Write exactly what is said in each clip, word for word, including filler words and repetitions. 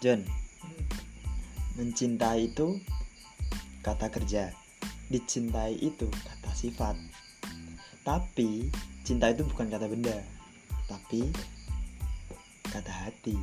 John, mencintai itu kata kerja, dicintai itu kata sifat. Tapi cinta itu bukan kata benda, tapi kata hati.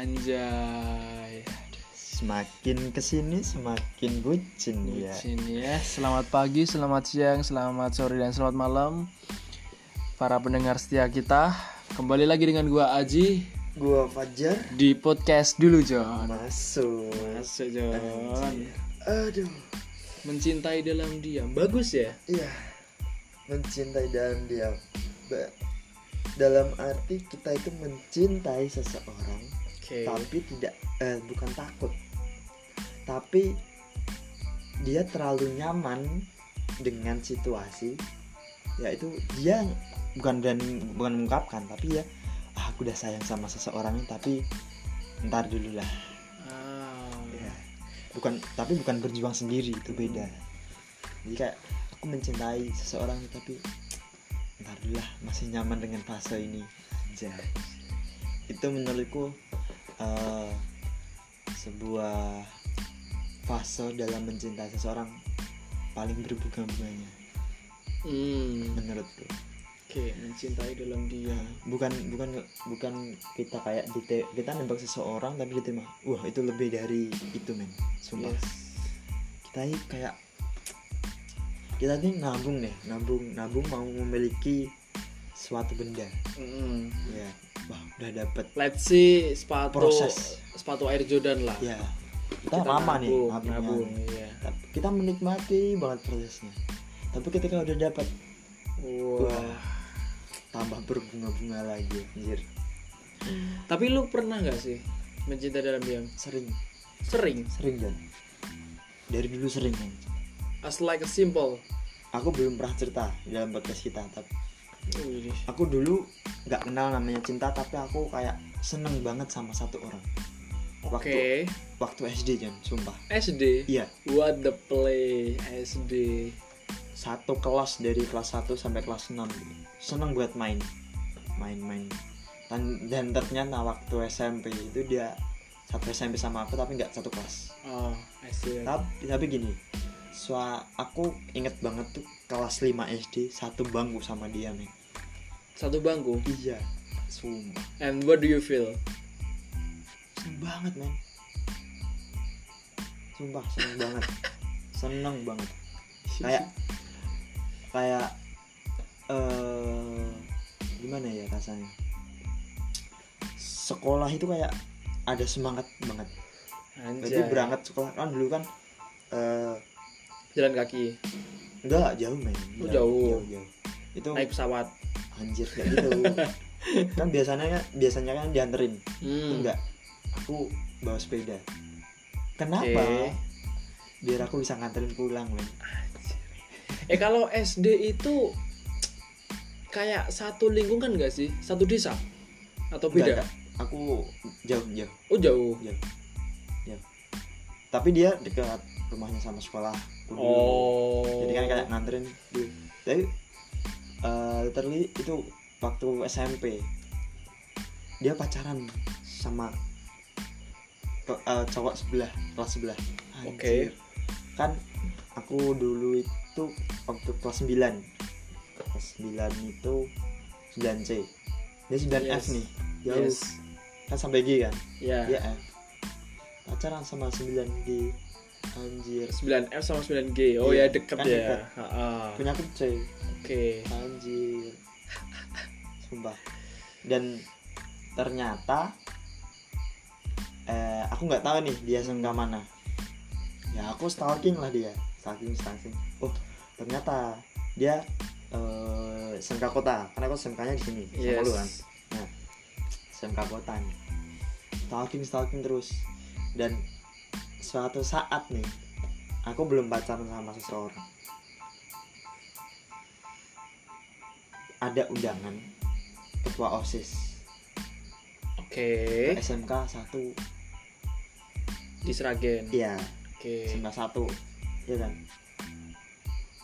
Anjay. Semakin kesini semakin bucin, Bucin ya. ya. Selamat pagi, selamat siang, selamat sore, dan selamat malam para pendengar setia kita. Kembali lagi dengan gua Aji, Gua Fajar di podcast dulu John. masuk. Masuk John. Anjir. Aduh. Mencintai dalam diam. Bagus ya? Iya. Mencintai dalam diam. Ba- Dalam arti kita itu mencintai seseorang, Oke. tapi tidak eh, bukan takut. Tapi dia terlalu nyaman dengan situasi, yaitu dia bukan dan bukan mengungkapkan, tapi ya ah, aku udah sayang sama seseorang tapi ntar dulu lah. Ah. Ya. Bukan, tapi bukan berjuang sendiri, itu beda. Jadi kayak aku mencintai seseorang tapi ntar dulu lah, masih nyaman dengan fase ini aja. Itu menurutku uh, sebuah fase dalam mencintai seseorang paling berbunga-bunganya Hmm. menurutku. Oke, mencintai dalam diam. Bukan bukan bukan kita kayak dite- kita nembak seseorang tapi diterima. Wah, itu lebih dari itu, men. Sumpah. Yes. Kita ini kayak kita ini nabung nih, nabung nabung mau memiliki suatu benda. Mm. Ya, wah, udah dapet. Let's see sepatu Proses. sepatu Air Jordan lah. Ya, kita, lama nih nabung, nabungnya. nabung, iya. Tapi kita menikmati banget prosesnya. Tapi ketika udah dapat, Wah. wah, tambah berbunga-bunga lagi, anjir. Tapi lu pernah nggak sih mencintai dalam diam? Sering, Sering. sering kan. Dari dulu sering kan. As like a simple. Aku belum pernah cerita di dalam podcast kita, tapi Wih. aku dulu nggak kenal namanya cinta, tapi aku kayak seneng banget sama satu orang. Waktu Oke. waktu S D, Jan, sumpah. S D. Iya, What the play S D. satu kelas dari kelas satu sampai kelas enam. Seneng buat main. Main-main. Dan, dan ternyata waktu S M P itu dia satu S M P sama aku tapi nggak satu kelas. Oh, S D. Tapi, tapi gini, sua, aku inget banget tuh kelas lima S D satu bangku sama dia, men. Satu bangku. Iya, sumpah. And what do you feel? Seneng banget, men. Sumpah, seneng banget. Seneng banget. Kayak kayak eh gimana ya rasanya? Sekolah itu kayak ada semangat banget. Jadi Anjay. berangkat sekolah kan dulu kan eh Jalan kaki. enggak jauh, men. Oh, jauh. jauh, jauh. Itu Naik pesawat. anjir kayak gitu. Kan biasanya biasanya kan dianterin. Hmm. Enggak. Aku bawa sepeda. Kenapa? Oke. Biar aku bisa nganterin pulang, men. Eh kalau S D itu kayak satu lingkungan gak sih? Satu desa? Atau Enggak, beda? enggak. Aku jauh, jauh, Oh jauh. jauh. Jauh. Tapi dia dekat rumahnya sama sekolah. Dulu. Oh. Jadi kan kayak nganterin dulu. Tapi uh, literally itu waktu S M P dia pacaran sama ke- uh, cowok sebelah, kelas sebelah. Anjir. Oke. Kan aku dulu itu waktu kelas sembilan. Kelas sembilan itu sembilan C. Dia sembilan F Yes. nih. Jauh. Yes. Kan sampai G kan? Ya. Iya F. Pacaran sama sembilan G. Anjir. sembilan F sama sembilan G. Oh Iya, ya deket kan ya. deket. Ha-ha. Punya aku C. Oke. Anjir. Sumpah. Dan ternyata eh, aku nggak tahu nih dia sengga mana. Ya aku stalking lah dia, stalking stalking. Oh ternyata dia eh, S M K kota, karena aku S M K-nya di sini sama Yes. lu kan. Nah, S M K kota nih. Stalking stalking terus. Dan suatu saat nih, aku belum pacaran sama seseorang. Ada undangan ketua OSIS Oke. S M K satu. Di Sragen. Iya, Oke. S M K satu. Iya kan?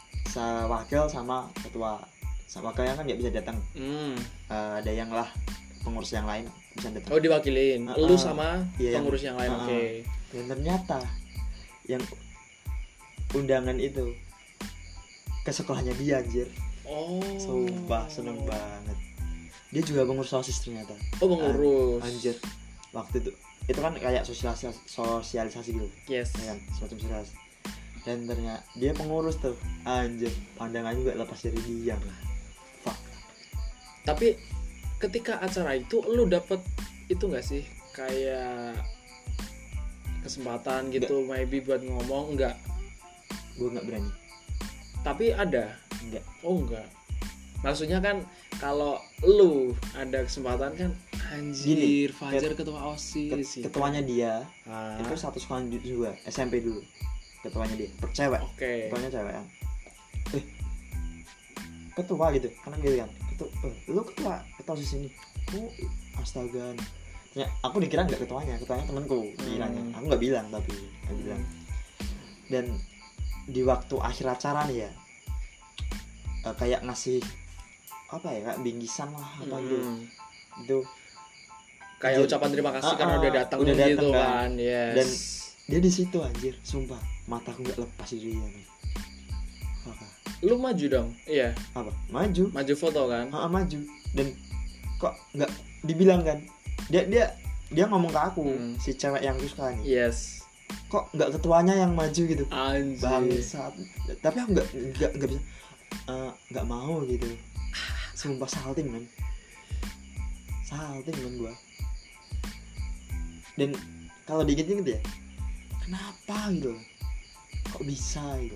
Sewakil sama ketua. Sama wakilnya kan nggak bisa datang. Hmm. Eh, ada yang lah pengurus yang lain bisa datang. Oh diwakilin, Uh, lu uh, sama iya, pengurus yang, yang lain, uh, oke. Okay. Dan ternyata yang undangan itu ke sekolahnya dia anjir. Oh. Sumpah seneng banget. Dia juga pengurus OSIS ternyata. Oh pengurus. Uh, anjir. Waktu itu itu kan kayak sosialisasi sosialisasi gitu. Yes. Ya kan, semacam sosialisasi. Dan ternyata dia pengurus tuh. Anjir, pandangan juga lepas dari dia lah. Fuck. Tapi ketika acara itu lu dapet itu nggak sih kayak kesempatan gitu enggak. Maybe buat ngomong enggak? Gue nggak berani. Tapi ada? Enggak. Oh enggak. Maksudnya kan kalau lu ada kesempatan kan anjir, Fajar ketua OSIS. Ket, ketuanya dia ah. itu satu sekolah juga S M P dulu. Ketuanya dia, cewek. Oke. Okay. Ketuanya cewek kan. Eh. Ketua gitu, kan gitu kan. Ketua, eh, lu ketua ketua OSIS ini. Oh, astaga. Ya, aku dikira enggak ketuanya, ketuanya temanku dikiranya. Hmm. Aku enggak bilang tapi enggak hmm. bilang. Dan di waktu akhir acara nih ya. Uh, kayak ngasih apa ya, kayak bingkisan lah apa hmm. gitu. Itu kayak anjir, ucapan terima kasih uh, karena udah datang udah datang gitu kan. kan. Yes. Dan dia di situ anjir, sumpah mataku enggak lepas dari dia nih. Apa? Lu maju dong. Iya. Apa? Maju. Maju foto kan? Heeh, maju. Dan kok enggak dibilang kan? Dia dia dia ngomong ke aku, hmm. si cewek yang aku suka nih. Yes. Kok enggak ketuanya yang maju gitu? Anjir. Bangsat. Tapi aku enggak enggak enggak bisa uh, enggak mau gitu. Sumpah salting man. Salting man gua. Dan kalau diinget-inget ya, kenapa gitu? Kok bisa gitu?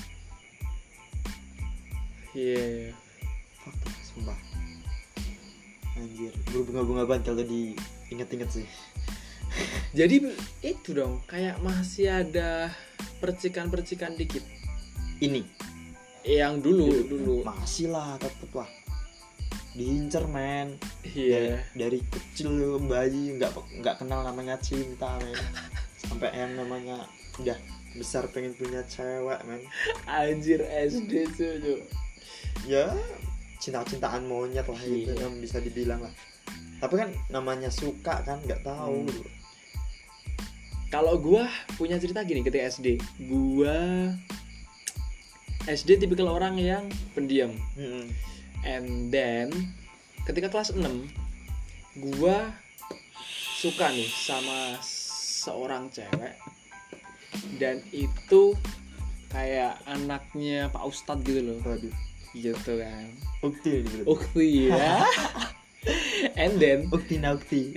Iya. Yeah. Fuck, sumpah. Anjir, berbunga-bunga banget kalau diinget-inget sih. Jadi itu dong, kayak masih ada percikan-percikan dikit. Ini yang dulu dulu, dulu. Masih lah, tetep lah. Diincer men. Iya. Dari, dari kecil bayi nggak nggak kenal namanya cinta men. Sampai yang namanya udah besar pengen punya cewek men. Anjir S D tuh. Ya cinta-cintaan monyet lah itu iya. yang bisa dibilang lah. Tapi kan namanya suka kan nggak tahu. Hmm. Kalau gua punya cerita gini ketika S D. Gua S D tipikal orang yang pendiam. Hmm. And then ketika kelas enam gua suka nih sama seorang cewek. Dan itu kayak anaknya Pak Ustadz gitu loh. Waduh. Gitu kan. Ukti gitu. Ukti ya. And then Ukti naukti.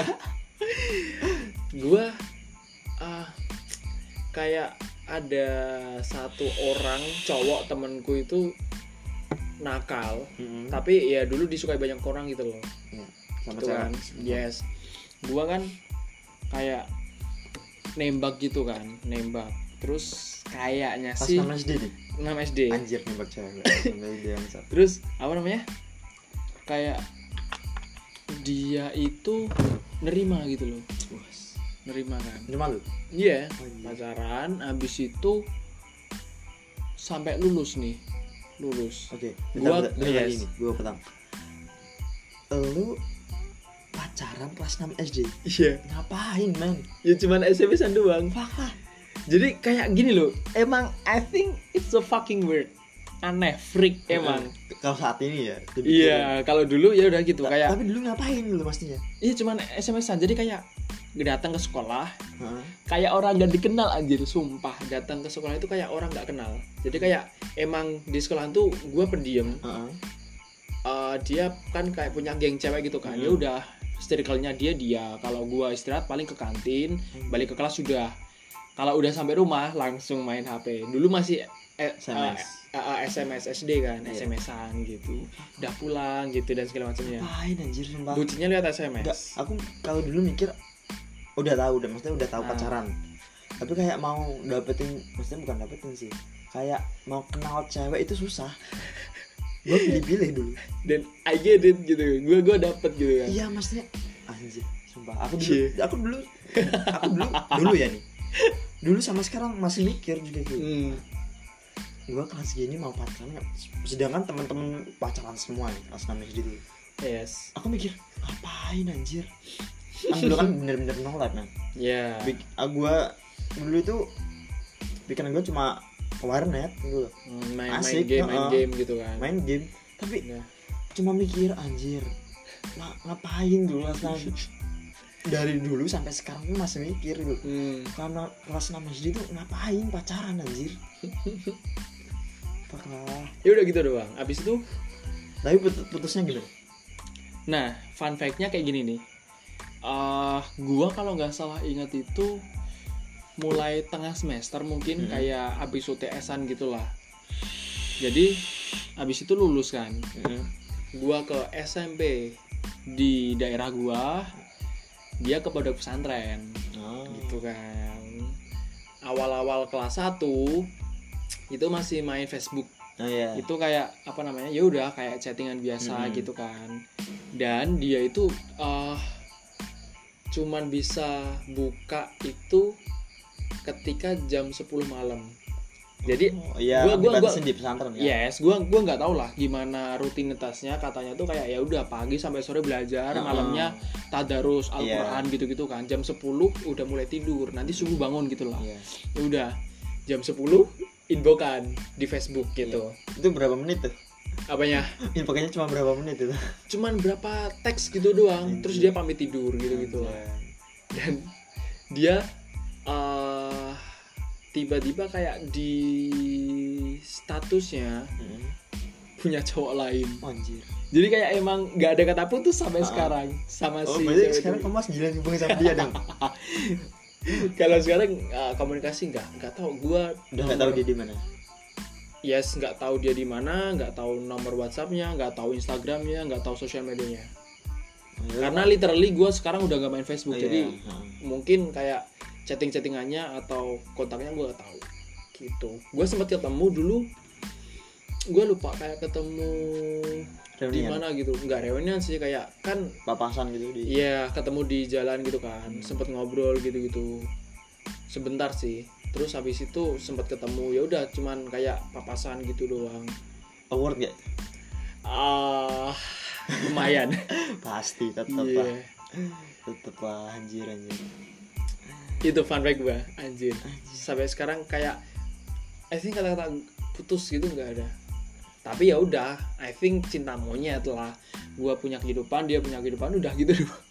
Gua uh, kayak ada satu orang cowok temanku itu nakal, mm-hmm. tapi ya dulu disukai banyak orang gitu loh. Ya, sama gitu kan. Yes. Gua kan kayak nembak gitu kan, nembak. Terus kayaknya pas sih enam S D nih. enam S D. Anjir nembak cewek. Terus apa namanya? Kayak dia itu nerima gitu loh. Nerima kan. Nerima lu? Iya, yeah, pacaran habis itu sampai lulus nih. Lulus. Oke. Okay. Gua bener yes. Ini, gua petang. Lu pacaran kelas enam S D. Iya. Ngapain, man? Ya cuman S M S-an doang. Fuck. Jadi kayak gini loh. Emang I think it's so fucking weird. Aneh, freak emang. Kalau saat ini ya. Iya, kalau dulu ya udah gitu. Ta- kayak Tapi dulu ngapain dulu pastinya? Iya, cuman S M S-an. Jadi kayak datang ke sekolah, huh? Kayak orang gak dikenal anjir, sumpah. Datang ke sekolah itu kayak orang gak kenal. Jadi kayak emang di sekolah tuh gue pendiam. Uh-huh. Uh, dia kan kayak punya geng cewek gitu kan. Uh-huh. Ya udah, circle-nya dia dia. Kalau gue istirahat paling ke kantin, uh-huh. balik ke kelas sudah. Kalau udah sampai rumah langsung main H P. Dulu masih eh, S M S. Uh, uh, S M S S D kan, yeah. S M S-an gitu. Udah pulang gitu dan segala macamnya. Ngapain anjir sumpah. Bucinnya lihat S M S. Enggak, aku kalau dulu mikir udah tahu, udah maksudnya udah tahu nah. pacaran. Tapi kayak mau dapetin, maksudnya bukan dapetin sih. Kayak mau kenal cewek itu susah. Gue pilih-pilih dulu. Dan I get it gitu. Gue gue dapet gitu kan. Iya, maksudnya anjir, sumpah. Aku dulu, yeah. aku dulu, aku dulu, dulu ya nih. Dulu sama sekarang masih mikir juga gitu. Hmm. Gue kelas gini mau pacaran, sedangkan teman-teman pacaran semua nih kelas enam S D dulu. Yes. Aku mikir ngapain anjir. Kan dulu kan bener-bener no life kan. Ya. Yeah. Bik- gua dulu itu bikinan gua cuma warnet dulu. Main, Asik, main game, uh, main game gitu kan. Main game, tapi Nah. cuma mikir anjir. Nah, ngapain dulu kan? Dari dulu sampai sekarang tuh masih mikir dulu. Hmm. Karena kelas enam S D tuh ngapain pacaran anjir. Paklah. Ya udah gitu doang. Abis itu Tapi put- putusnya gimana? nah, fun fact-nya kayak gini nih. Uh, gua kalau nggak salah ingat itu mulai tengah semester mungkin Hmm. kayak abis U T S-an gitulah. Jadi abis itu lulus kan. Hmm. Gua ke S M P di daerah gua, dia ke pondok pesantren. Oh. Gitu kan. Awal-awal kelas satu itu masih main Facebook. Oh iya. Itu kayak apa namanya, ya udah kayak chattingan biasa Hmm. gitu kan. Dan dia itu uh, cuman bisa buka itu ketika jam sepuluh malam. Jadi oh, iya, gua gua gua di pesantren ya. yes, gua gua nggak tahu lah gimana rutinitasnya. Katanya tuh kayak ya udah pagi sampai sore belajar, Uh-uh. malamnya tadarus Al-Qur'an Yeah. gitu-gitu kan. Jam sepuluh udah mulai tidur, nanti subuh bangun gitu lah. Iya. Ya udah jam sepuluh inbokan di Facebook gitu. Itu berapa menit tuh? Apanya? Infokannya cuma berapa menit itu? Cuman berapa teks gitu doang, Anjir. terus dia pamit tidur gitu-gitu lah. Anjay. Dan dia uh, tiba-tiba kayak di statusnya Hmm. punya cowok lain. Anjir. Jadi kayak emang nggak ada kata putus sampai Ah. sekarang sama Oh, si berarti cewek sekarang itu. kamu masih jalan hubungan sama dia dong? Kalau sekarang uh, komunikasi nggak nggak tahu gua Udah nggak tahu dia di mana? yes nggak tahu dia di mana, nggak tahu nomor WhatsAppnya, nggak tahu Instagramnya, nggak tahu sosial medianya. Karena literally gue sekarang udah gak main Facebook, Iya, jadi ha. mungkin kayak chatting-chattingannya atau kontaknya gue gak tahu gitu. Gue sempat ketemu dulu, gue lupa kayak ketemu di Reunian? mana gitu, nggak reunian sih, kayak kan Papasan gitu di. iya ketemu di jalan gitu kan, sempet ngobrol gitu-gitu sebentar sih. Terus habis itu sempat ketemu, ya udah cuman kayak papasan gitu doang. Award gak? Ah, lumayan. Pasti tetep Iya. lah. Tetep lah anjir anjir. Itu fun fact gue, anjir. Sampai sekarang kayak I think kata-kata putus gitu nggak ada. Tapi ya udah, I think cinta monyet lah. Gue punya kehidupan, dia punya kehidupan, udah gitu doang.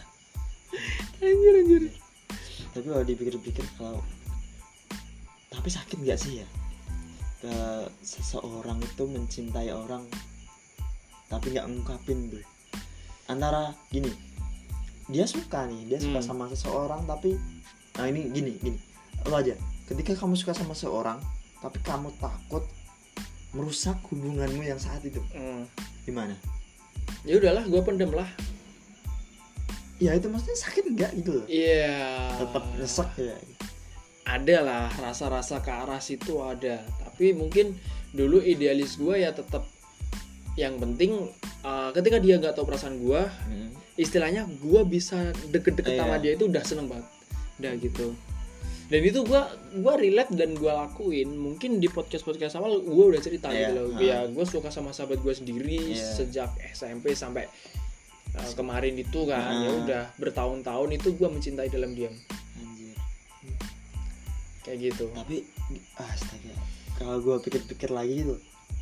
Anjir anjir. Tapi kalau dipikir-pikir kalau tapi sakit gak sih ya ke seseorang itu mencintai orang tapi nggak ngungkapin tuh. Antara gini, dia suka nih, dia suka Hmm. sama seseorang tapi nah ini gini gini lo aja, ketika kamu suka sama seseorang tapi kamu takut merusak hubunganmu yang saat itu, Hmm. gimana? Ya udahlah, gue pendem lah. Ya itu maksudnya sakit nggak gitu loh? Iya. Tetap nyesek ya. Ada lah rasa-rasa ke arah situ ada. Tapi mungkin dulu idealis gue ya tetap yang penting uh, ketika dia nggak tahu perasaan gue, Hmm. istilahnya gue bisa deket-deket sama Iya. dia itu udah seneng banget, udah gitu. Dan itu gue gue relate dan gue lakuin. Mungkin di podcast podcast awal gue udah cerita Iya, gitu loh. ha. Ya gue suka sama sahabat gue sendiri Iya. sejak S M P sampai uh, kemarin itu kan. Ha. Ya udah bertahun-tahun itu gue mencintai dalam diam Anjir. kayak gitu. Tapi astaga, kalau gue pikir-pikir lagi gitu,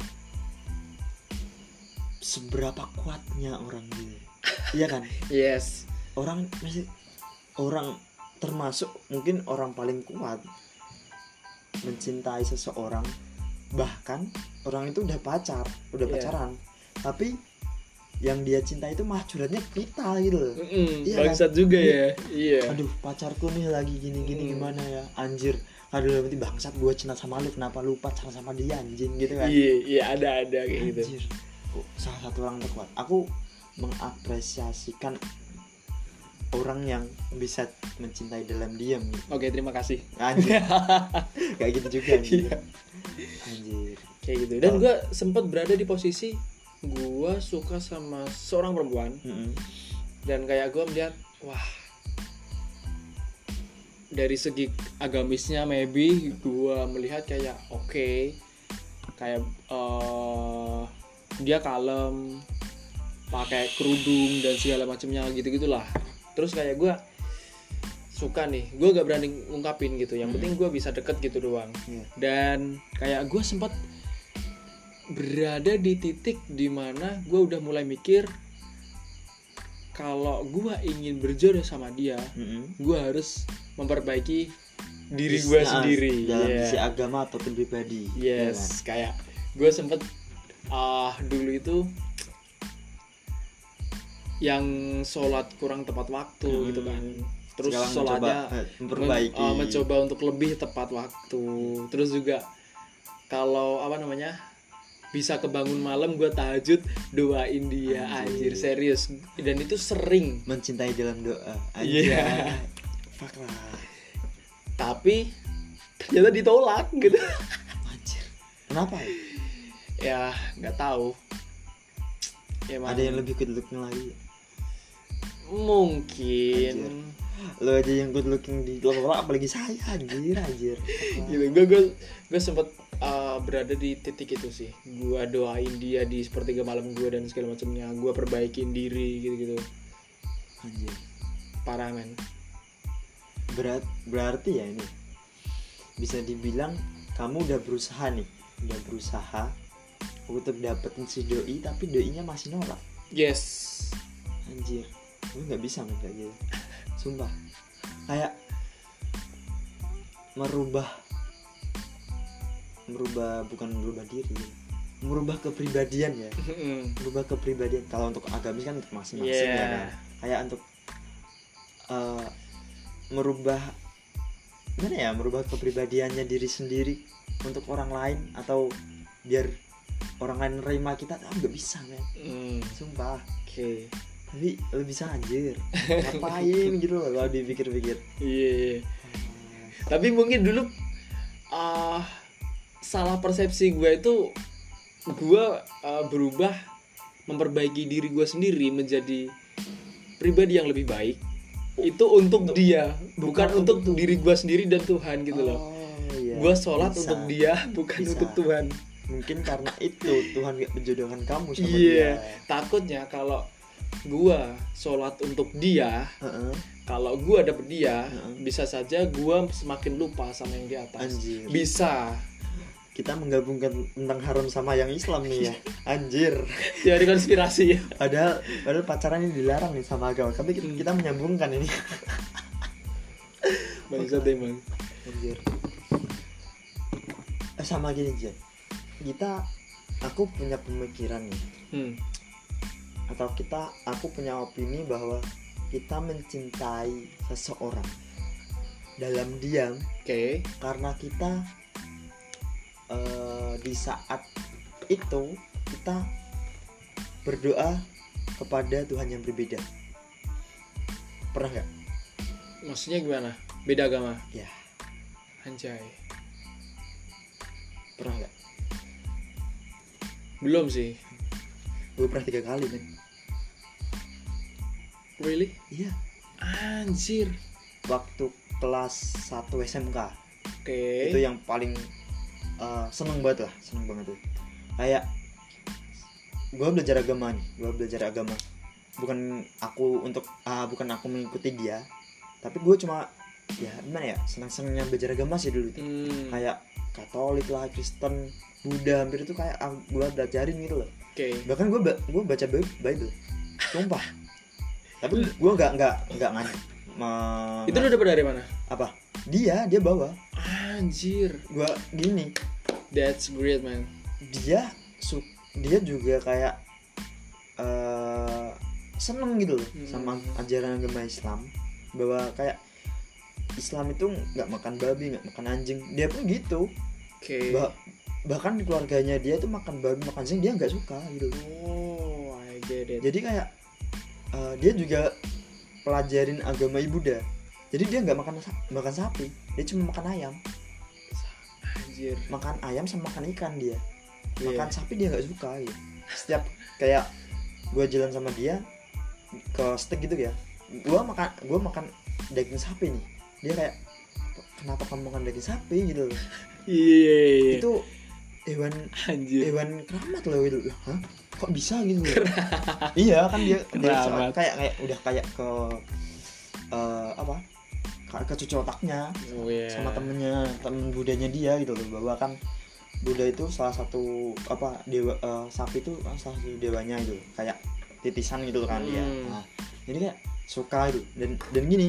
seberapa kuatnya orang gitu. Iya kan? Yes. Orang masih orang termasuk mungkin orang paling kuat mencintai seseorang, bahkan orang itu udah pacar, udah Iya. pacaran, tapi yang dia cinta itu malah curhatnya kita gitu loh. Mm-mm, Iya bangsat juga ya. Iya. Aduh, pacarku nih lagi gini-gini Hmm. gimana ya, anjir. Aduh, berarti bangsat, gue cinta sama lu, kenapa lu pacaran sama dia anjing gitu kan. Iya, iya ada ada kayak gitu. Anjir. Kok salah satu orang terkuat. Aku mengapresiasikan orang yang bisa mencintai dalam diam gitu. Oke, terima kasih. Anjir. Kayak gitu juga anjir. Iya. Anjir. Kayak gitu. Dan Oh. gue sempat berada di posisi gue suka sama seorang perempuan Mm-mm. dan kayak gue melihat wah, dari segi agamisnya maybe gue melihat kayak oke, kayak uh, dia kalem, pakai kerudung dan segala macamnya gitu-gitulah. Terus kayak gue suka nih, gue gak berani ngungkapin gitu, yang penting gue bisa deket gitu doang. Iya. Dan kayak gue sempat berada di titik dimana gue udah mulai mikir kalau gue ingin berjodoh sama dia, Mm-mm. gue harus memperbaiki diri Bis- gue nah, sendiri. dalam Yeah. sisi agama ataupun pribadi. ya kan? Yes, kayak gue sempet ah dulu itu yang sholat kurang tepat waktu Hmm. gitu kan. Terus Sekarang sholatnya mencoba, eh, memperbaiki. men- ah, mencoba untuk lebih tepat waktu. Terus juga kalau apa namanya bisa kebangun malam gue tahajud doain dia. Anjir. Anjir serius, dan itu sering. Mencintai dalam doa. Iya. Anjay. Fuck lah. Tapi ternyata ditolak gitu. Anjir. Kenapa ya? Ya nggak tahu. Ya, emang Ada yang lebih good looking lagi. mungkin. Anjir. Lo aja yang good looking di lo apalagi saya anjir anjir. Gitu. Gue gue gue sempet uh, berada di titik itu sih. Gue doain dia di sepertiga malam gue dan segala macamnya. Gue perbaikin diri gitu-gitu. Anjir. Parah men. Berat berarti ya ini bisa dibilang kamu udah berusaha nih, udah berusaha untuk dapetin si doi tapi doinya masih nolak. Yes. Anjir, lu nggak bisa men kayak gitu. Sumpah, kayak merubah, merubah bukan merubah diri, merubah kepribadian ya, merubah kepribadian. Kalau untuk agamis kan untuk masing-masing Yeah. ya kan. Kayak untuk uh, merubah, gimana ya, merubah kepribadiannya diri sendiri untuk orang lain atau biar orang lain nerima kita, ah nggak bisa men. Mm, Sumpah. Oke. Tapi lo bisa anjir ngapain gitu loh kalau dipikir-pikir. Iya. Yeah. Tapi mungkin dulu uh, salah persepsi gue itu gue uh, berubah memperbaiki diri gue sendiri menjadi pribadi yang lebih baik itu untuk, untuk dia bukan, bukan untuk, untuk diri gue sendiri dan Tuhan gitu loh. Oh, iya. Gue sholat Bisa. untuk dia bukan Bisa. untuk Tuhan. Mungkin karena itu Tuhan gak menjodohkan kamu sama Iya. dia. Takutnya kalau gue sholat untuk dia, Uh-uh. kalau gue dapet dia, Uh-uh. bisa saja gue semakin lupa sama yang di atas. Anjir. Bisa. Kita menggabungkan tentang haram sama yang Islam nih ya. Anjir. Teori konspirasi ya. Padahal padahal pacaran ini dilarang nih sama agama. Tapi kita, Hmm. kita menyambungkan ini. Bangsat emang. Anjir. Eh, sama gini Jen. Kita aku punya pemikiran nih. Hmm. Atau kita aku punya opini bahwa kita mencintai seseorang dalam diam Oke. karena kita uh, di saat itu kita berdoa kepada Tuhan yang berbeda. Pernah nggak? Maksudnya gimana? Beda agama? Ya, Anjay. pernah nggak? Belum sih. Gue pernah tiga kali men. Really? Iya. Anjir. Waktu kelas satu S M K. Oke. Itu yang paling uh, seneng banget lah, seneng banget tuh. Kayak gue belajar agama nih, gue belajar agama. Bukan aku untuk, uh, bukan aku mengikuti dia, tapi gue cuma ya gimana ya, senang-senangnya belajar agama sih dulu itu. Hmm. Kayak Katolik lah, Kristen, Buddha, hampir itu kayak uh, gue belajarin gitu loh. Oke. Bahkan gue gue baca Bible, sumpah. Tapi gue nggak nggak nggak ngan. Me- Itu lu dapet dari mana? apa? Dia dia bawa. Anjir. Gue gini. That's great man. Dia su- dia juga kayak uh, seneng gitu loh Hmm. sama ajaran agama Islam, bahwa kayak Islam itu nggak makan babi, nggak makan anjing. Dia pun gitu. Oke. Bah- bahkan di keluarganya dia tuh makan babi, makan anjing dia nggak suka gitu. Oh, I get it. Jadi kayak uh, dia juga pelajarin agama Buddha. Jadi dia nggak makan makan sapi, dia cuma makan ayam. Anjir. Makan ayam sama makan ikan dia. Iya. Makan sapi dia nggak suka gitu. Setiap kayak gue jalan sama dia ke steak gitu ya, gue makan gue makan daging sapi nih, dia kayak kenapa kamu makan daging sapi gitu loh. Iya. Itu hewan Anjir. hewan keramat loh gitu. Hah? kok bisa gitu loh. Iya kan dia, dia Keramat. kayak kayak udah kayak ke uh, apa kayak ke cucu otaknya Oh, yeah. sama temennya temen budanya dia gitu loh, bahwa kan Buddha itu salah satu apa dewa, uh, sapi itu salah satu dewanya itu kayak titisan gitu kan dia. Hmm. Nah, jadi kayak suka itu dan dan gini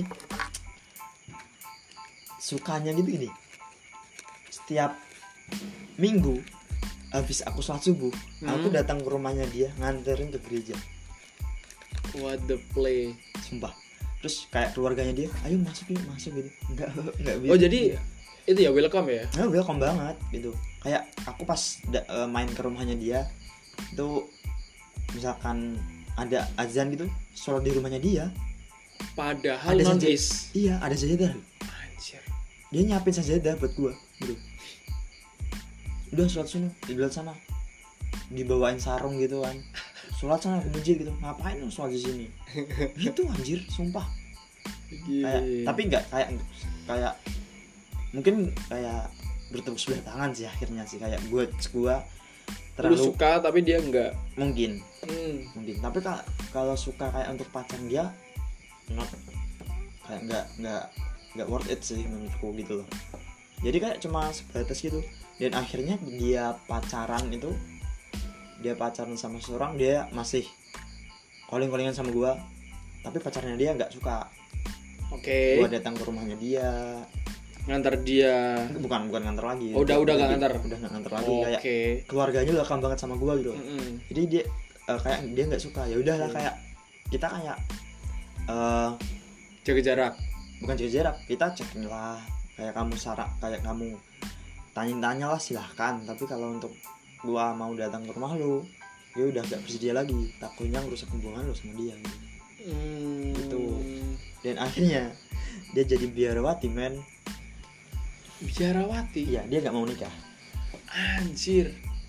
sukanya gitu gini, setiap minggu habis aku sholat subuh Hmm. aku datang ke rumahnya dia nganterin ke gereja. What the play. Sumpah. Terus kayak keluarganya dia, ayo masuk yuk masuk gitu. Enggak enggak Oh jadi itu ya welcome ya? Nah, welcome banget gitu. Kayak aku pas da- uh, main ke rumahnya dia itu misalkan ada azan gitu, sholat di rumahnya dia. Padahal Ada non saja- is. Iya, ada sajadah. Anjir. Dia nyiapin sajadah buat gua gitu. Udah sholat sana, di belakang sana. Dibawain sarung gitu kan. Sholat sana ke masjid gitu. Ngapain lu sholat di sini? Gitu anjir, sumpah. Kayak, tapi enggak kayak kayak mungkin kayak bertepuk sebelah tangan sih akhirnya sih, kayak gue gue Lu terlalu suka tapi dia enggak. mungkin Hmm. mungkin tapi ka- kalau suka kayak untuk pacar dia not kayak nggak nggak nggak worth it sih menurutku gitu loh. Jadi kayak cuma sebatas gitu, dan akhirnya dia pacaran itu dia pacaran sama seseorang, dia masih calling-callingan sama gue, tapi pacarnya dia nggak suka. Oke. Gue datang ke rumahnya dia, Ngantar dia. bukan bukan nganter lagi. Oh, udah udah nggak nganter. Udah nggak nganter lagi. Oke. Kayak keluarganya welcome banget sama gue gitu. Mm-mm. Jadi dia uh, kayak dia nggak suka. Ya udahlah, Hmm. kayak kita kayak uh, Jaga jarak. bukan jaga jarak. Kita cekin lah. Kayak kamu sarak, kayak kamu tanya-tanya lah silahkan. Tapi kalau untuk gua mau datang ke rumah lu, ya udah nggak bersedia lagi. Takutnya ngerusak hubungan lu sama dia. Gitu. Hmm. Gitu. Dan akhirnya dia jadi biarawati, men. Biarawati. Iya, dia nggak mau nikah. Anjir.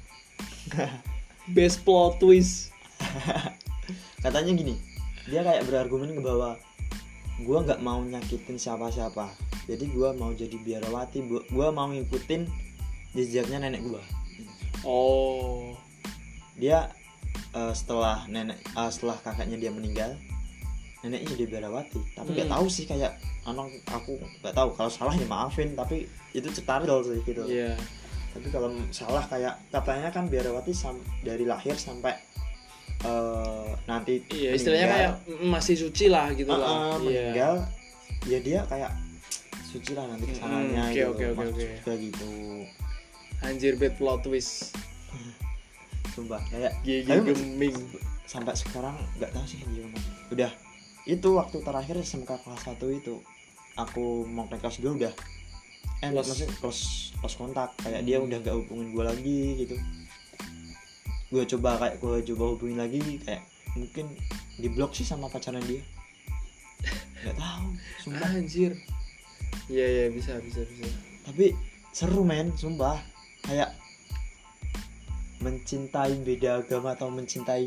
Best plot twist. Katanya gini, dia kayak berargumen ke bahwa gue nggak mau nyakitin siapa-siapa, jadi gue mau jadi biarawati, gue mau ngikutin jejaknya nenek gue. Oh. Dia uh, setelah nenek uh, setelah kakaknya dia meninggal, neneknya jadi biarawati, tapi nggak Hmm. tahu sih, kayak anak aku nggak tahu, kalau salah ya maafin, tapi itu cetaril sih gitu. Iya. Tapi kalau salah kayak katanya kan biarawati sam- dari lahir sampai uh, nanti Iya, istilahnya kayak mm, masih suci lah gitu uh, lah. uh, Iya. meninggal, ya dia kayak suci lah nanti kesananya. Hmm, oke, gitu, oke, oke, masuk oke. surga gitu. Anjir, bad plot twist. Sumpah kayak Gigi tapi geming. sampai sekarang nggak tahu sih gimana. Udah itu waktu terakhir S M K kelas satu itu aku mau naik kelas dua udah eh Lost. maksudnya close close kontak, kayak dia udah nggak hubungin gue lagi gitu. Gue coba kayak gue coba hubungin lagi, kayak mungkin di blok sih sama pacaran dia, nggak tahu sumpah. Anjir. Iya, iya, bisa, bisa, bisa. Tapi seru, men, sumpah. Kayak mencintai beda agama atau mencintai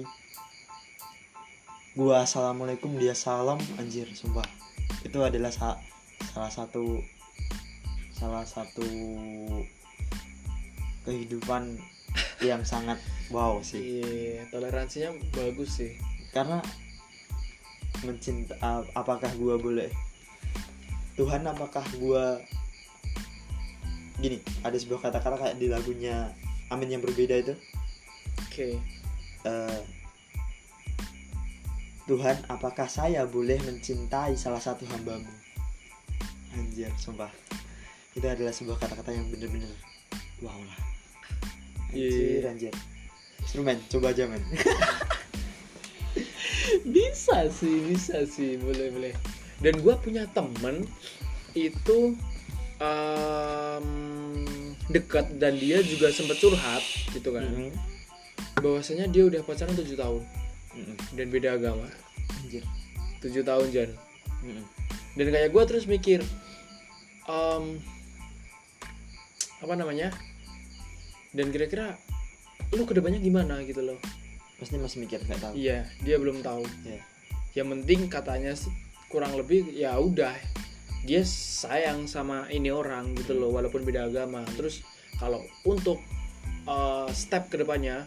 gua assalamualaikum dia salam, anjir sumpah. Itu adalah sa- salah satu salah satu kehidupan yang sangat wow sih. Iya, toleransinya bagus sih. Karena mencinta ap- apakah gua boleh Tuhan, apakah gua gini, ada sebuah kata-kata kayak di lagunya Amin yang berbeda itu, Oke. eh, Tuhan, apakah saya boleh mencintai salah satu hambamu? Anjir, sumpah. Itu adalah sebuah kata-kata yang bener-bener wow lah. Anjir, Iya. anjir. Seru, men, coba aja, men. Bisa sih, bisa sih, boleh, boleh. Dan gue punya temen itu um, dekat, dan dia juga sempet curhat gitu kan. Mhm. Bahwasanya dia udah pacaran tujuh tahun Mhm. dan beda agama. Anjir. tujuh tahun, Jan. Mhm. Dan kayak gue terus mikir, um, apa namanya? Dan kira-kira lu kedepannya gimana gitu loh. Pasti masih mikir, nggak tahu. Iya, dia belum tahu. Iya. Yang penting katanya sih kurang lebih ya udah, dia sayang sama ini orang gitu loh, walaupun beda agama. Terus kalau untuk uh, step kedepannya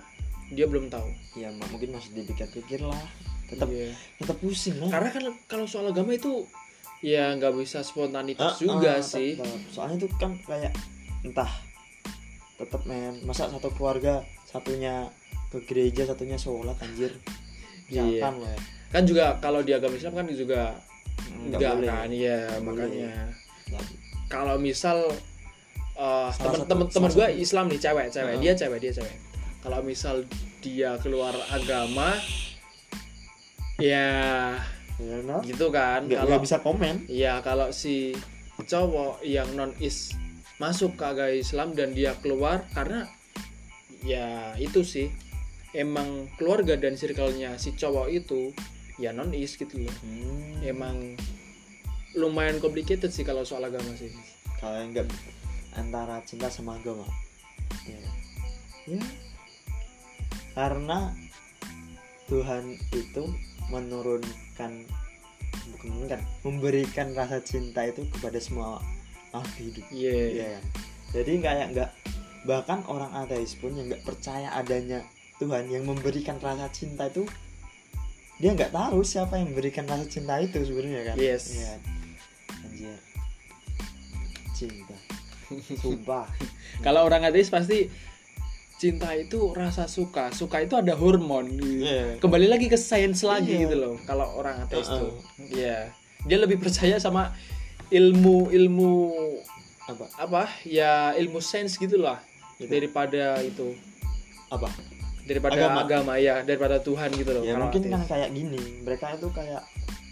dia belum tahu. Ya mungkin masih dipikir-pikir lah, tetap Iya. tetap pusing lah. Karena kan kalau soal agama itu ya nggak bisa Ah, spontanitas juga ah, sih. tetap. Soalnya itu kan kayak entah tetap men, masa satu keluarga satunya ke gereja satunya sholat anjir. Iya. Jangan lah. Kan juga kalau di agama Islam kan juga Nggak enggak boleh. kan, ya Nggak makanya. boleh. Kalau misal uh, Salah teman-teman satu- teman salah gue satu- Islam nih, cewek cewek Uh-huh. dia cewek dia cewek kalau misal dia keluar agama ya Ya, no? gitu kan. Nggak, Kalau nggak bisa komen. ya kalau si cowok yang non is masuk ke agama Islam dan dia keluar karena ya itu sih emang keluarga dan circle-nya si cowok itu ya non is gitu loh. Hmm. Emang lumayan complicated sih kalau soal agama sih. Kalau yang nggak antara cinta sama agama. Ya. Ya. Karena Tuhan itu menurunkan bukan menurunkan, memberikan rasa cinta itu kepada semua makhluk hidup. Iya. Iya kan? Jadi kayak nggak, bahkan orang ateis pun yang nggak percaya adanya Tuhan yang memberikan rasa cinta itu, dia nggak tahu siapa yang memberikan rasa cinta itu sebenarnya kan. Yes. Iya. Anjir. Cinta. Sumpah. Kalau orang ateis pasti cinta itu rasa suka. Suka itu ada hormon. Iya. Kembali lagi ke sains lagi Iya. gitu loh. Kalau orang ateis Uh-uh. tuh, ya dia lebih percaya sama ilmu ilmu Apa? apa? Ya ilmu sains gitulah Gitu. daripada itu Apa? daripada Agama. agama. Ya daripada Tuhan gitu loh. Ya kalau mungkin ateis. kan kayak gini, mereka itu kayak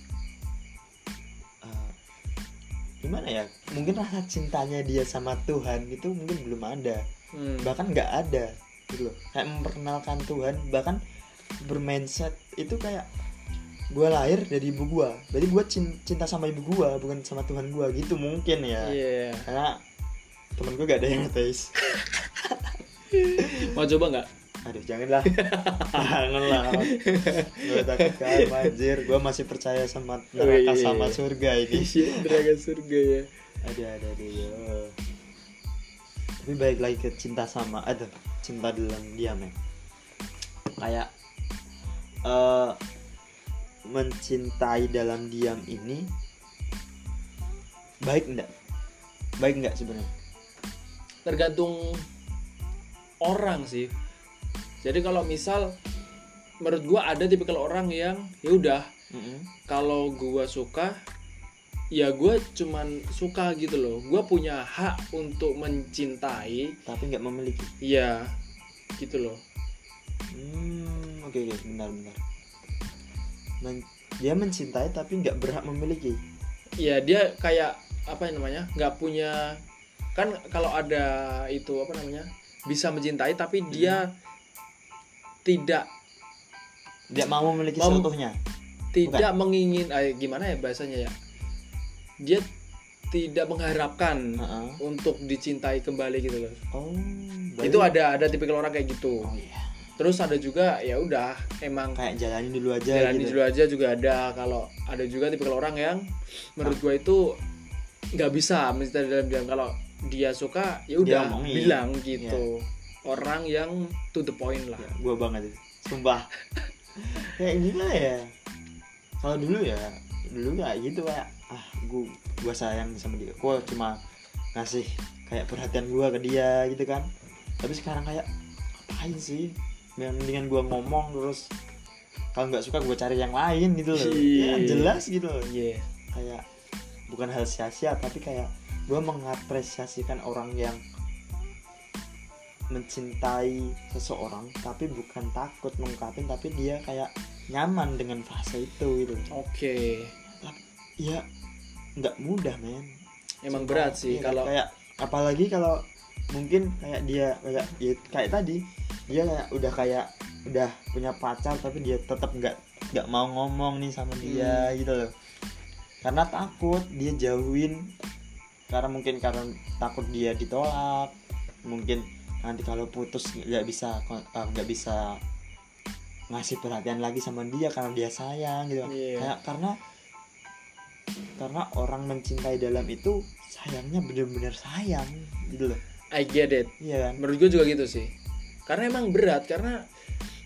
eh, gimana ya? Mungkin rasa cintanya dia sama Tuhan itu mungkin belum ada. Hmm. Bahkan nggak ada gitu loh, kayak memperkenalkan Tuhan, bahkan bermindset itu kayak gue lahir dari ibu gue, berarti gue cinta sama ibu gue bukan sama Tuhan gue gitu mungkin ya. Iya. Karena temen gue gak ada yang ateis. Mau coba nggak? Aduh janganlah. Janganlah. Gue takut kan anjir, gue masih percaya sama neraka Oh, iya. sama surga ini. Iya, neraka surga ya. Ada ada ada ya. Tapi balik lagi ke cinta sama ada cinta dalam diam ya. Kayak eh mencintai dalam diam ini baik enggak? Baik enggak sebenarnya? Tergantung orang sih. Jadi kalau misal menurut gua ada tipikal orang yang ya udah Mm-mm. kalau gua suka ya gua cuman suka gitu loh. Gua punya hak untuk mencintai, Tapi nggak memiliki. ya gitu loh. Hmm, oke oke benar benar. Men- dia mencintai tapi nggak berhak memiliki. Ya dia kayak apa namanya? Nggak punya, kan kalau ada itu apa namanya? Bisa mencintai tapi dia tidak Dia mau memiliki Mem- seutuhnya. tidak mengingin eh, gimana ya bahasanya ya, dia tidak mengharapkan Heeh. untuk dicintai kembali gitu loh. Oh, Itu ada ada tipikal orang kayak gitu. Oh iya. Terus ada juga ya udah emang Kayak jalanin dulu aja jalani gitu. dulu aja juga ada. Kalau ada juga tipikal orang yang menurut gue itu nggak bisa mencintai dalam diam. Kalau dia suka ya Dia udah omongin. bilang gitu. Orang yang to the point lah. Ya, gua banget itu. Sumpah. Kayak gimana ya? Kalau dulu ya, dulu kayak gitu kayak ah, gua gua sayang sama dia. Gua cuma ngasih kayak perhatian gua ke dia gitu kan. Tapi sekarang kayak ngapain sih? Mendingan gua ngomong terus kalau nggak suka gua cari yang lain gitu loh. Ya Iya. jelas gitu loh. Iya. Kayak bukan hal sia-sia tapi kayak gua mengapresiasikan orang yang mencintai seseorang tapi bukan takut mengungkapin, tapi dia kayak nyaman dengan fase itu gitu. Oke. Ya nggak mudah men. Emang Cinta, berat sih iya, kalau kayak apalagi kalau mungkin kayak dia kayak ya, kayak tadi dia kayak udah kayak udah punya pacar tapi dia tetap nggak nggak mau ngomong nih sama dia gitu loh, karena takut dia jauhin, karena mungkin karena takut dia ditolak, mungkin nanti kalau putus nggak bisa nggak uh, bisa ngasih perhatian lagi sama dia karena dia sayang gitu. Iya. Kayak karena karena orang mencintai dalam itu sayangnya benar-benar sayang gitu loh. I get it. Iya kan? Menurut gue juga gitu sih. Karena emang berat, karena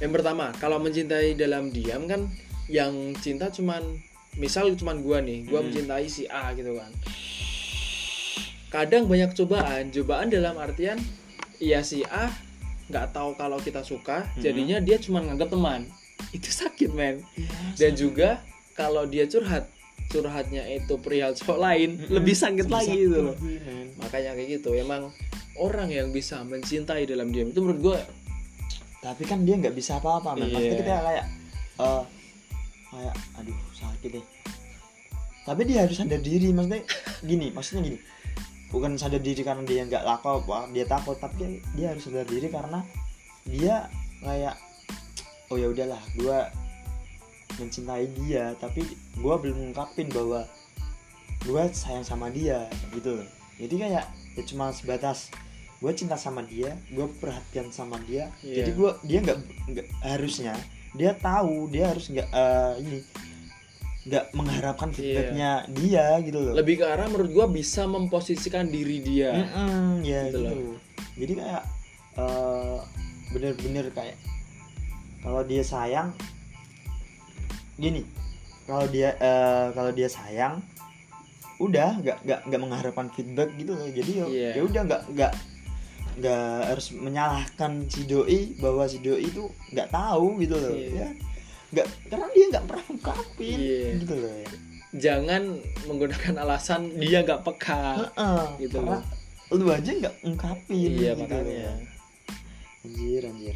Yang pertama, kalau mencintai dalam diam kan, yang cinta cuman misal cuman gua nih, gua hmm. mencintai si A gitu kan. Kadang banyak cobaan, cobaan dalam artian ya si A nggak tahu kalau kita suka, hmm. jadinya dia cuma nganggap teman. Itu sakit, men. Ya, Dan sakit. Juga kalau dia curhat, curhatnya itu perihal cowok lain, mm-hmm. lebih sakit lebih lagi gitu loh. Makanya kayak gitu. Emang orang yang bisa mencintai dalam diam itu menurut gue. Tapi kan dia nggak bisa apa-apa, man. Pasti kita kayak, uh, kayak, aduh sakit deh. Tapi dia harus sadar diri, maksudnya gini, maksudnya gini. Bukan sadar diri karena dia nggak laku apa, dia takut, tapi dia harus sadar diri karena dia kayak, oh ya udahlah, gue mencintai dia, tapi gue belum ngungkapin bahwa gue sayang sama dia gitu loh. Jadi kayak ya cuma sebatas gue cinta sama dia, gue perhatian sama dia, yeah. Jadi gue dia nggak nggak harusnya dia tahu dia harus nggak uh, ini nggak mengharapkan feedbacknya yeah. dia gitu loh. Lebih ke arah menurut gue bisa memposisikan diri dia. Mm-mm, ya gitu, gitu. Jadi kayak uh, bener-bener kayak kalau dia sayang gini, kalau dia uh, kalau dia sayang udah nggak nggak nggak mengharapkan feedback gitu loh. Jadi yeah. ya udah nggak nggak nggak harus menyalahkan si doi bahwa si doi itu nggak tahu gitu loh. Yeah. Ya nggak, karena dia nggak pernah ungkapin yeah. gitu loh ya. Jangan menggunakan alasan dia nggak peka uh-uh, gitu karena loh. Lu aja nggak ungkapin iya, gitu makanya. Ya. Anjir anjir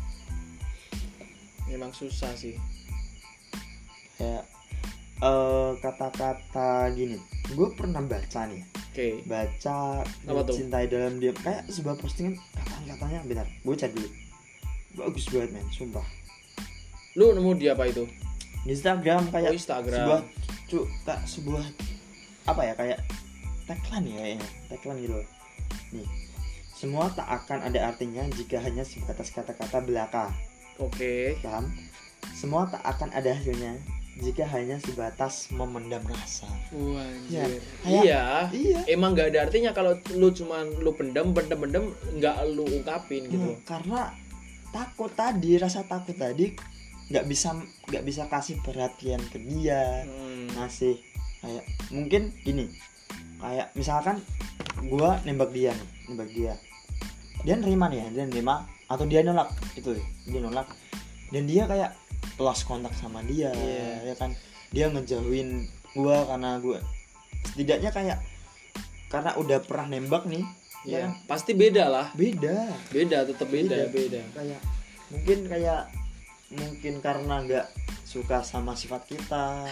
memang susah sih. Kayak uh, kata-kata gini, gue pernah baca nih, okay. baca mencintai dalam diam, kayak sebuah postingan kata-katanya benar, gue cari dulu, bagus banget men, sumpah. Lu nemu di apa itu? Di Instagram kayak oh, Instagram. sebuah cu, kak, sebuah apa ya kayak tagline ya kayaknya, tagline gitu loh. Nih, semua tak akan ada artinya jika hanya sebatas kata-kata belaka. Oke. Okay. Paham? Semua tak akan ada hasilnya jika hanya sebatas memendam rasa. Wajir. Ya, iya. Iya. Emang nggak ada artinya kalau lu cuman lu pendam, pendam, pendam, nggak lu ungkapin gitu. Hmm, karena takut tadi, rasa takut tadi nggak bisa nggak bisa kasih perhatian ke dia, hmm. ngasih kayak mungkin gini, kayak misalkan gua nembak dia nih, nembak dia, dia nerima nih ya, dia nerima atau dia nolak itu, dia nolak dan dia kayak lost kontak sama dia, yeah. ya kan, dia ngejauhin gua karena gua setidaknya kayak karena udah pernah nembak nih, yeah. ya kan? Pasti beda lah, beda, beda tetap beda, beda, beda. Kayak mungkin kayak mungkin karena nggak suka sama sifat kita,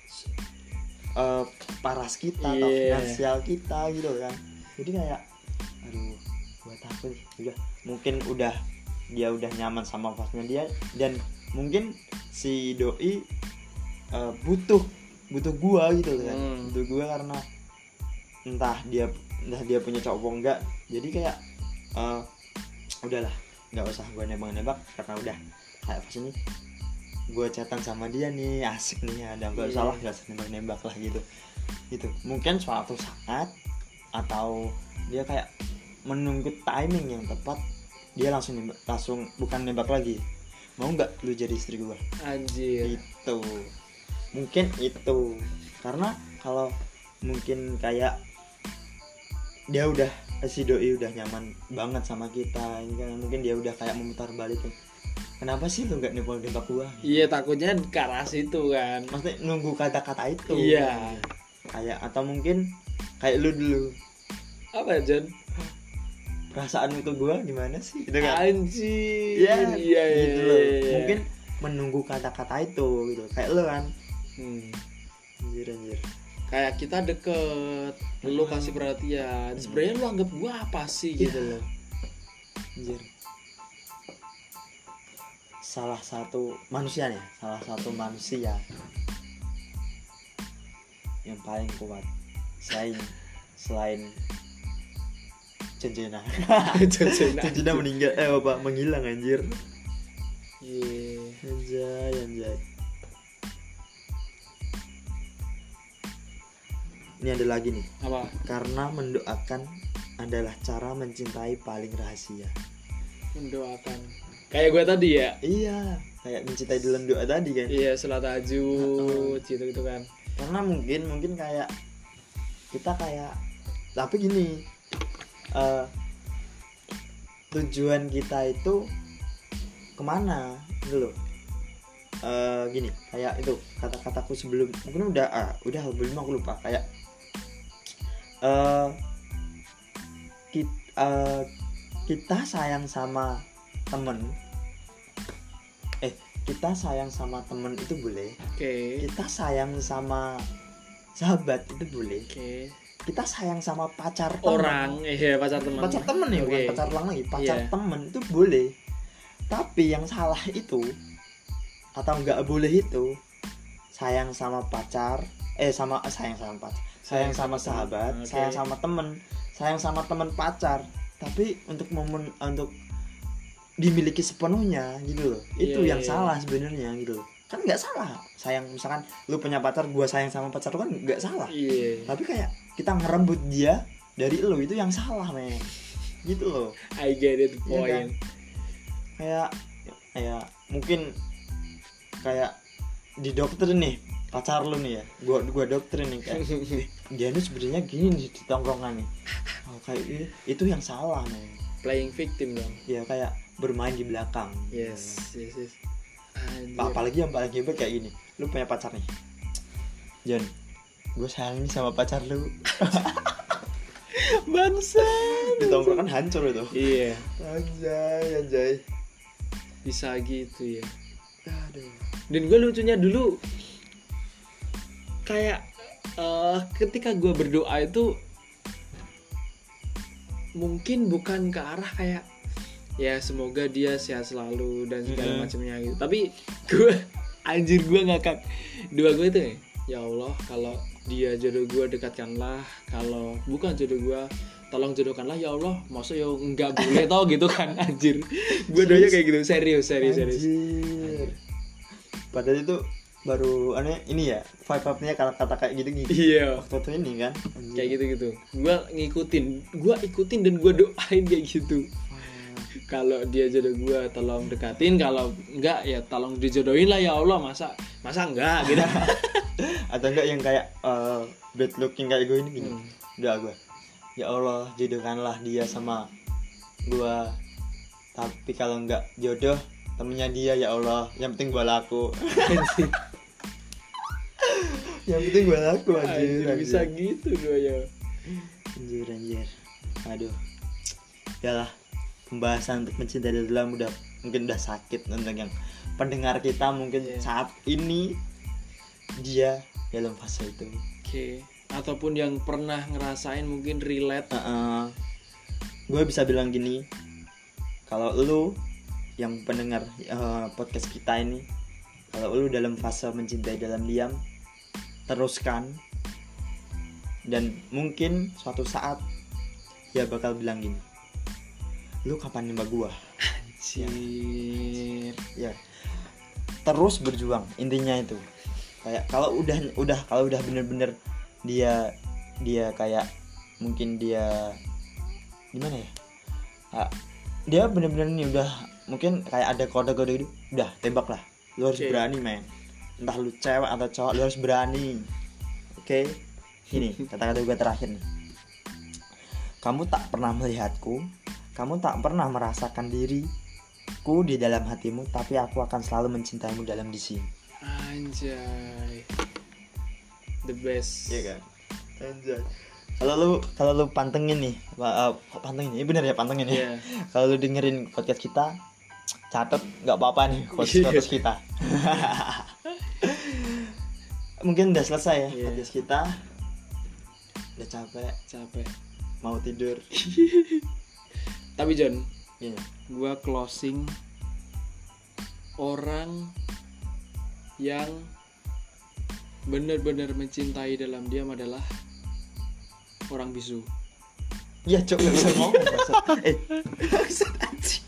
uh, paras kita, yeah. atau finansial kita gitu kan, jadi kayak aduh gua takut udah mungkin udah dia udah nyaman sama pasangan dia dan mungkin si doi uh, butuh butuh gua gitu kan, hmm. butuh gua karena entah dia entah dia punya cowok enggak, jadi kayak uh, udahlah nggak usah gua nembak-nembak karena udah kayak pas ini gua chatan sama dia nih asik nih, ada nggak usah lah nggak usah nembak-nembak lah gitu gitu. Mungkin suatu saat atau dia kayak menunggu timing yang tepat, dia langsung nembak, langsung bukan nembak lagi, mau nggak lu jadi istri gue? Anjir. Itu mungkin itu karena kalau mungkin kayak dia udah si doi udah nyaman banget sama kita, ini kan mungkin dia udah kayak memutar balik, kenapa sih lu nggak nembak-nembak gue? Iya, takutnya ke arah situ kan, maksudnya nunggu kata-kata itu. Iya. Kayak atau mungkin kayak lu dulu apa John? Perasaanmu ke gue gimana sih gitu kan? Anjir. Ya, iya, gitu iya, loh. Iya. Mungkin menunggu kata-kata itu gitu. Kayak lo kan. Hmm. Anjir anjir. Kayak kita deket, hmm. lo kasih perhatian. Sebenarnya lo anggap gue apa sih gitu ya. loh. Anjir. Salah satu manusia nih, salah satu manusia yang paling kuat selain selain Cencena. Cencena meninggal eh apa menghilang anjir. Iya. Yeah. Anjay anjay. Ini ada lagi nih. Apa? Karena mendoakan adalah cara mencintai paling rahasia. Mendoakan Kayak gue tadi ya. Iya, kayak mencintai dalam doa tadi kan. Iya, salat tahajud gitu gitu kan. Karena mungkin mungkin kayak kita kayak tapi gini, uh, tujuan kita itu kemana gitu loh. Uh, gini kayak itu kata-kataku sebelum mungkin udah ah, udah belum aku lupa kayak uh, kita, uh, kita sayang sama temen eh kita sayang sama temen itu boleh. Oke. Okay. Kita sayang sama sahabat itu boleh. Oke. Okay. Kita sayang sama pacar temen. Orang iya pacar teman pacar temen ya, okay. Bukan pacar lang lagi pacar yeah. temen itu boleh. Tapi yang salah itu atau nggak boleh itu sayang sama pacar eh sama sayang sama pacar sayang sama sahabat okay. sayang sama temen sayang sama temen pacar tapi untuk momen untuk dimiliki sepenuhnya gitu loh itu yeah, yang yeah. salah sebenarnya gitu loh kan nggak salah sayang misalkan lu punya pacar gua sayang sama pacar lu kan nggak salah yeah. Tapi kayak kita ngerebut dia dari lu itu yang salah men gitu loh. I get it point ya kan? kayak kayak mungkin kayak di dokter nih pacar lu nih ya gua gua dokter nih kayak dia ini sebenarnya gini nih di tongkrongan nih oh, kayak itu yang salah nih playing victim dong ya kayak bermain di belakang yes yes yes Anjir. Apalagi yang paling hebat kayak gini lu punya pacar nih John gue sayang nih sama pacar lu bangsa di tongkrongan hancur itu iya anjay anjay bisa gitu ya aduh. Dan gue lucunya dulu kayak uh, ketika gue berdoa itu mungkin bukan ke arah kayak ya semoga dia sehat selalu dan segala mm-hmm. macamnya gitu. Tapi gue anjir gue ngakak doa gue itu ya, ya Allah kalau dia jodoh gue dekatkanlah, kalau bukan jodoh gue tolong jodohkanlah ya Allah. Masa ya nggak boleh tau gitu kan anjir. Gue doanya kayak gitu serius serius serius. Anjir. Padahal itu baru aneh ini ya vibe-nya kata-kata kayak gitu gitu. Iya. Waktu itu ini kan. Anjir. Kayak gitu-gitu. Gue ngikutin, gue ikutin dan gue doain kayak gitu. Hmm. Kalau dia jodoh gue tolong dekatin, kalau enggak ya tolong dijodohin lah ya Allah. Masa masa enggak gitu. Atau enggak yang kayak uh, bad looking kayak gue ini gini. Hmm. Udah gue. Ya Allah jodohkanlah dia sama gue. Tapi kalau enggak jodoh temennya dia ya Allah, yang penting gue laku. Yang penting gue laku anjir, anjir bisa gitu gue ya. Anjir anjir. Aduh. Yalah, pembahasan untuk mencintai dari dalam udah mungkin udah sakit untuk yang pendengar kita mungkin yeah. saat ini dia dalam fase itu. Oke. Okay. Ataupun yang pernah ngerasain mungkin relate. Uh-uh. Gue bisa bilang gini, kalau lu yang pendengar uh, podcast kita ini, kalau lu dalam fase mencintai dalam diam, teruskan. Dan mungkin suatu saat dia bakal bilang gini, lu kapan nembak gua? Anjir. Ya. Terus berjuang, intinya itu. Kayak kalau udah udah kalau udah bener-bener dia dia kayak mungkin dia gimana ya? Ha, dia bener-bener nih udah mungkin kayak ada kode-kode itu, udah tembak lah. Lu harus okay. berani, men. Entah lu cewek atau cowok, lu harus berani. Oke. Okay? Ini kata-kata gue terakhir nih. Kamu tak pernah melihatku, kamu tak pernah merasakan diriku di dalam hatimu, tapi aku akan selalu mencintaimu dalam di sini. Anjay. The best. Iya kan? Anjay. Kalau lu kalau lu pantengin nih, uh, pantengin ini bener ya pantengin ya. Yeah. Kalau lu dengerin podcast kita, catat nggak apa-apa nih podcast kita. Mungkin udah selesai ya yeah. podcast kita. Udah capek, capek, mau tidur. Tapi John, yeah. gua closing orang yang benar-benar mencintai dalam diam adalah orang bisu. Iya, cok, enggak bisa ngomong. Eh, maksud anjing.